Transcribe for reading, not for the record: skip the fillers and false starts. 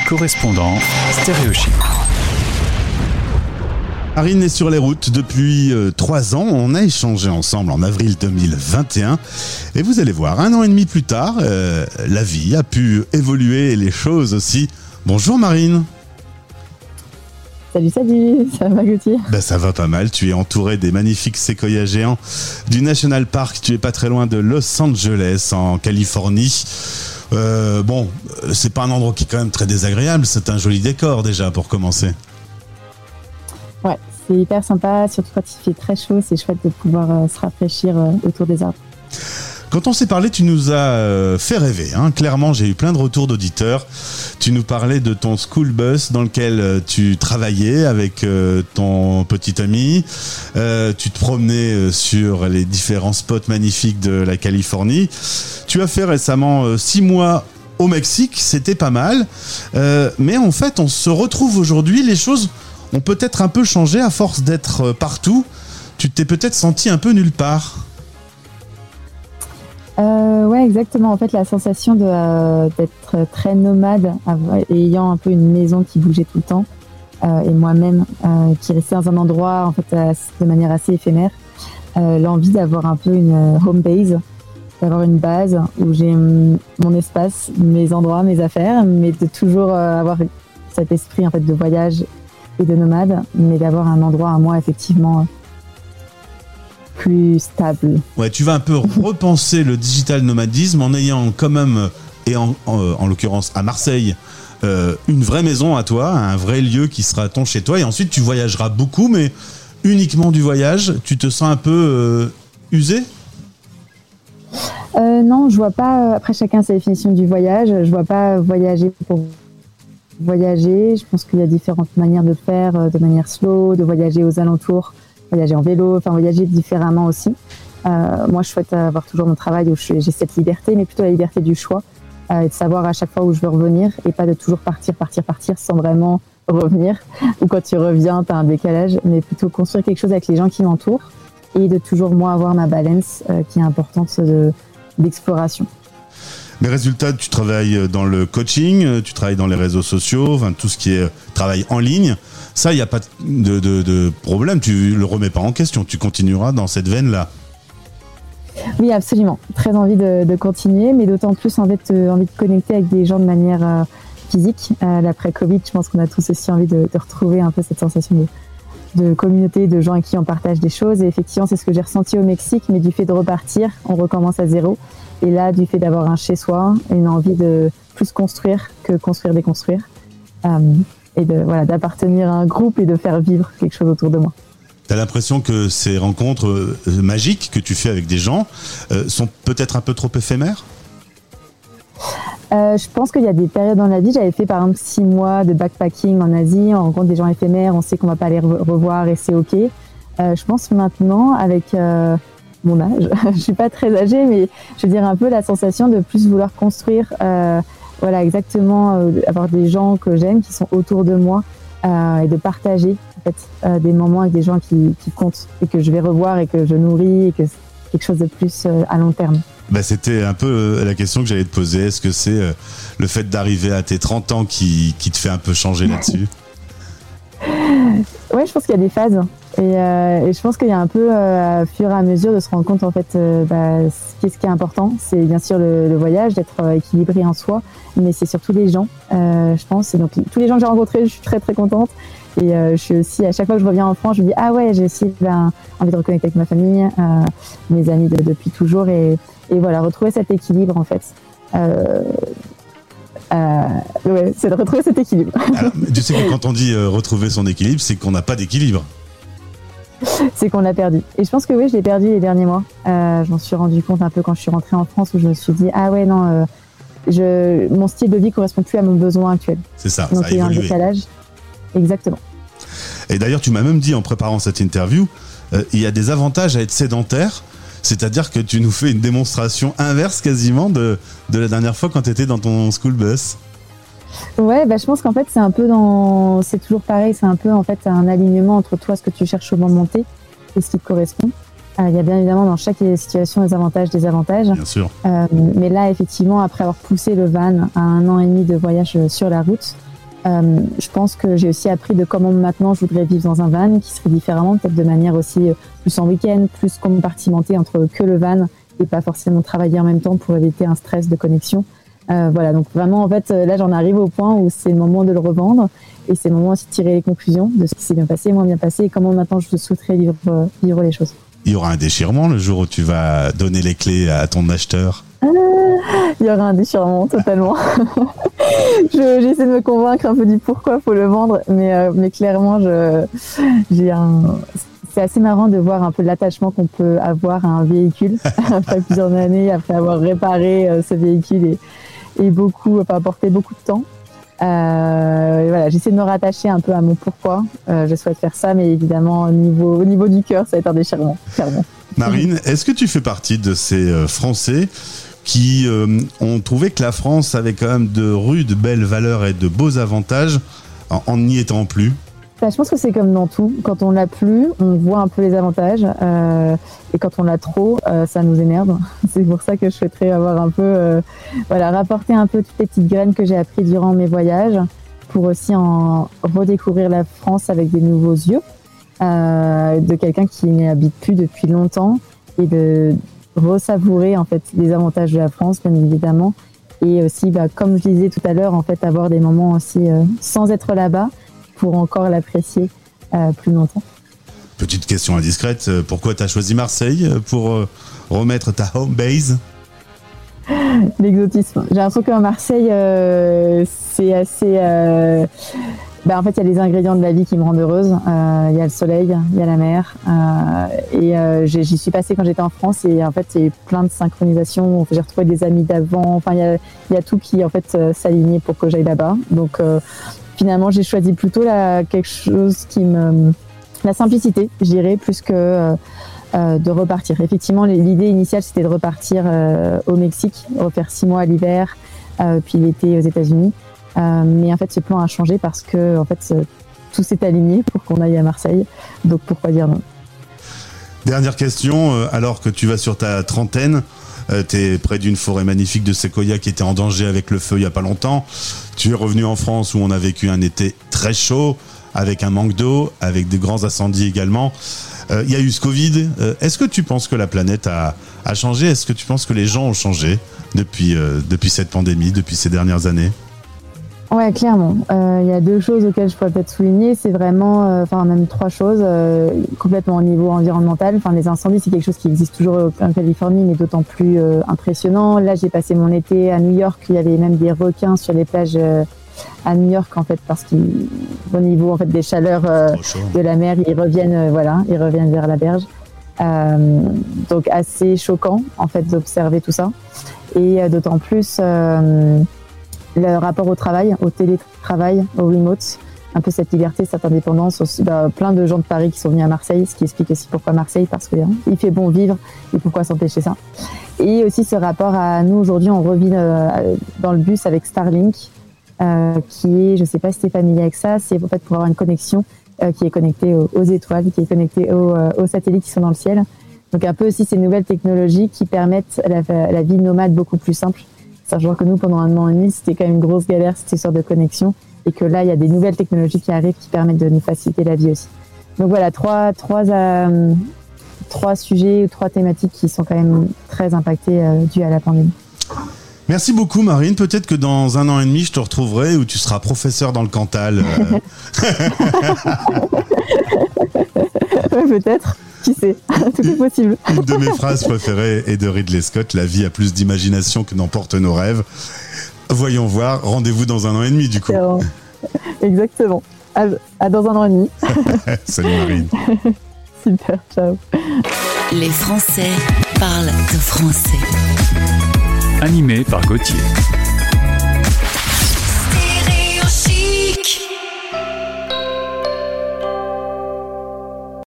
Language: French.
correspondant Stéréo Chic. Marine est sur les routes depuis 3 ans. On a échangé ensemble en avril 2021. Et vous allez voir, 1 an et demi plus tard, la vie a pu évoluer et les choses aussi. Bonjour Marine. Salut, ça va Gauthier? Ça va pas mal, tu es entouré des magnifiques séquoias géants du National Park. Tu es pas très loin de Los Angeles, en Californie. C'est pas un endroit qui est quand même très désagréable. C'est un joli décor déjà pour commencer. Ouais, c'est hyper sympa, surtout quand il fait très chaud, c'est chouette de pouvoir se rafraîchir autour des arbres. Quand on s'est parlé, tu nous as fait rêver. Clairement, j'ai eu plein de retours d'auditeurs. Tu nous parlais de ton school bus dans lequel tu travaillais avec ton petit ami. Tu te promenais sur les différents spots magnifiques de la Californie. Tu as fait récemment 6 mois au Mexique, c'était pas mal. Mais en fait, on se retrouve aujourd'hui, les choses ont peut-être un peu changé à force d'être partout. Tu t'es peut-être senti un peu nulle part. Ouais, exactement. En fait, la sensation d'être très nomade, ayant un peu une maison qui bougeait tout le temps, et moi-même qui restais dans un endroit en fait de manière assez éphémère. L'envie d'avoir un peu une home base, d'avoir une base où j'ai mon espace, mes endroits, mes affaires, mais de toujours avoir cet esprit en fait de voyage et de nomade, mais d'avoir un endroit à moi effectivement plus stable. Ouais, tu vas un peu repenser le digital nomadisme en ayant quand même, et en l'occurrence à Marseille, une vraie maison à toi, un vrai lieu qui sera ton chez toi, et ensuite tu voyageras beaucoup, mais uniquement du voyage. Tu te sens un peu usé ? Non, je vois pas, après chacun sa définition du voyage, je vois pas voyager pour voyager. Je pense qu'il y a différentes manières de faire, de manière slow, de voyager aux alentours, voyager en vélo, enfin voyager différemment aussi. Moi, je souhaite avoir toujours mon travail où j'ai cette liberté, mais plutôt la liberté du choix, et de savoir à chaque fois où je veux revenir, et pas de toujours partir sans vraiment revenir. Ou quand tu reviens, tu as un décalage, mais plutôt construire quelque chose avec les gens qui m'entourent, et de toujours, moi, avoir ma balance qui est importante d'exploration. Mais résultat, tu travailles dans le coaching, tu travailles dans les réseaux sociaux, enfin, tout ce qui est travail en ligne. Ça, il n'y a pas de problème, tu le remets pas en question, tu continueras dans cette veine-là. Oui, absolument. Très envie de continuer, mais d'autant plus envie de connecter avec des gens de manière physique. L'après-Covid, je pense qu'on a tous aussi envie de retrouver un peu cette sensation de communauté, de gens avec qui on partage des choses. Et effectivement, c'est ce que j'ai ressenti au Mexique, mais du fait de repartir, on recommence à zéro. Et là, du fait d'avoir un chez-soi, une envie de plus construire que construire, déconstruire. Et d'appartenir à un groupe et de faire vivre quelque chose autour de moi. T'as l'impression que ces rencontres magiques que tu fais avec des gens sont peut-être un peu trop éphémères ? Je pense qu'il y a des périodes dans la vie. J'avais fait par exemple 6 mois de backpacking en Asie. On rencontre des gens éphémères, on sait qu'on va pas les revoir et c'est ok. Je pense maintenant avec mon âge, je suis pas très âgée, mais je veux dire un peu la sensation de plus vouloir construire. Voilà, exactement, avoir des gens que j'aime, qui sont autour de moi, et de partager en fait, des moments avec des gens qui comptent et que je vais revoir et que je nourris et que c'est quelque chose de plus à long terme. C'était un peu la question que j'allais te poser. Est-ce que c'est le fait d'arriver à tes 30 ans qui te fait un peu changer là-dessus ? Ouais, je pense qu'il y a des phases. Et je pense qu'il y a un peu, à fur et à mesure, de se rendre compte en fait, qu'est-ce qui est important. C'est bien sûr le voyage, d'être équilibré en soi, mais c'est surtout les gens, je pense. Et donc tous les gens que j'ai rencontrés, je suis très très contente. Et je suis aussi, à chaque fois que je reviens en France, je me dis ah ouais, j'ai aussi envie de reconnecter avec ma famille, mes amis depuis toujours, et voilà, retrouver cet équilibre en fait. Ouais, c'est de retrouver cet équilibre. Alors, tu sais que quand on dit retrouver son équilibre, c'est qu'on n'a pas d'équilibre. C'est qu'on l'a perdu. Et je pense que oui, je l'ai perdu les derniers mois. Je m'en suis rendu compte un peu quand je suis rentrée en France, où je me suis dit ah ouais non, mon style de vie correspond plus à mon besoin actuel. C'est ça. Donc ça a il y a un évolué. décalage. Exactement. Et d'ailleurs, tu m'as même dit en préparant cette interview, il y a des avantages à être sédentaire. C'est-à-dire que tu nous fais une démonstration inverse quasiment de la dernière fois quand tu étais dans ton school bus. Ouais, je pense qu'en fait c'est toujours pareil, c'est un peu en fait un alignement entre toi, ce que tu cherches au moment monter et ce qui te correspond. Il y a bien évidemment dans chaque situation des avantages, désavantages. Bien sûr. Mais là, effectivement, après avoir poussé le van à 1 an et demi de voyage sur la route, Je pense que j'ai aussi appris de comment maintenant je voudrais vivre dans un van qui serait différemment, peut-être de manière aussi plus en week-end, plus compartimentée entre que le van et pas forcément travailler en même temps pour éviter un stress de connexion. Voilà, donc vraiment, en fait, là, j'en arrive au point où c'est le moment de le revendre et c'est le moment aussi de tirer les conclusions de ce qui s'est bien passé, moins bien passé et comment maintenant je souhaiterais vivre les choses. Il y aura un déchirement le jour où tu vas donner les clés à ton acheteur. Il y aura un déchirement, totalement. J'essaie de me convaincre un peu du pourquoi il faut le vendre, mais clairement, c'est assez marrant de voir un peu l'attachement qu'on peut avoir à un véhicule après plusieurs années, après avoir réparé ce véhicule et apporté beaucoup de temps. Voilà, j'essaie de me rattacher un peu à mon pourquoi. Je souhaite faire ça, mais évidemment, au niveau du cœur, ça va être un déchirement, clairement. Marine, est-ce que tu fais partie de ces Français qui ont trouvé que la France avait quand même de rudes belles valeurs et de beaux avantages en n'y étant plus? Je pense que c'est comme dans tout. Quand on l'a plus, on voit un peu les avantages. Et quand on l'a trop, ça nous énerve. C'est pour ça que je souhaiterais avoir un peu, rapporter un peu toutes les petites graines que j'ai apprises durant mes voyages pour aussi en redécouvrir la France avec des nouveaux yeux, de quelqu'un qui n'y habite plus depuis longtemps et de ressavourer en fait les avantages de la France, bien évidemment. Et aussi, comme je disais tout à l'heure, en fait, avoir des moments aussi sans être là-bas, pour encore l'apprécier plus longtemps. Petite question indiscrète, pourquoi tu as choisi Marseille pour remettre ta home base? L'exotisme. J'ai l'impression qu'à Marseille, c'est assez... en fait, il y a les ingrédients de la vie qui me rendent heureuse. Il y a le soleil, il y a la mer. J'y suis passée quand j'étais en France et en fait, il y a eu plein de synchronisations. J'ai retrouvé des amis d'avant. Enfin, il y a tout qui en fait s'alignait pour que j'aille là-bas. Donc, finalement, j'ai choisi plutôt quelque chose la simplicité, je dirais, plus que de repartir. Effectivement, l'idée initiale, c'était de repartir au Mexique, refaire 6 mois à l'hiver, puis l'été aux États-Unis. Mais en fait, ce plan a changé parce que en fait, tout s'est aligné pour qu'on aille à Marseille. Donc, pourquoi dire non? Dernière question, alors que tu vas sur ta trentaine, tu es près d'une forêt magnifique de séquoia qui était en danger avec le feu il n'y a pas longtemps. Tu es revenu en France où on a vécu un été très chaud, avec un manque d'eau, avec des grands incendies également. Il y a eu ce Covid. Est-ce que tu penses que la planète a changé? Est-ce que tu penses que les gens ont changé depuis cette pandémie, depuis ces dernières années? Ouais, clairement. Il y a 2 choses auxquelles je pourrais peut-être souligner. C'est vraiment, même 3 choses, complètement au niveau environnemental. Les incendies, c'est quelque chose qui existe toujours en Californie, mais d'autant plus impressionnant. Là, j'ai passé mon été à New York. Il y avait même des requins sur les plages à New York, en fait, parce qu'au niveau en fait des chaleurs de la mer, ils reviennent vers la berge. Donc assez choquant, en fait, d'observer tout ça. Et d'autant plus le rapport au travail, au télétravail, au remote, un peu cette liberté, cette indépendance. Aussi, plein de gens de Paris qui sont venus à Marseille, ce qui explique aussi pourquoi Marseille, parce qu'il fait bon vivre et pourquoi s'empêcher ça. Et aussi ce rapport à nous, aujourd'hui, on revit dans le bus avec Starlink, qui est, je ne sais pas si tu es familier avec ça, c'est en fait pour avoir une connexion qui est connectée aux étoiles, qui est connectée aux satellites qui sont dans le ciel. Donc un peu aussi ces nouvelles technologies qui permettent la vie nomade beaucoup plus simple. Sachant que nous, pendant 1 an et demi, c'était quand même une grosse galère, cette histoire de connexion. Et que là, il y a des nouvelles technologies qui arrivent qui permettent de nous faciliter la vie aussi. Donc voilà, 3 sujets, 3 thématiques qui sont quand même très impactées dues à la pandémie. Merci beaucoup Marine, peut-être que dans 1 an et demi je te retrouverai où tu seras professeur dans le Cantal. Peut-être, qui sait, tout est possible. Une de mes phrases préférées est de Ridley Scott, la vie a plus d'imagination que n'emportent nos rêves. Voyons voir, rendez-vous dans 1 an et demi du coup. Exactement, à dans 1 an et demi. Salut Marine. Super, ciao. Les Français parlent de français. Animé par Gauthier.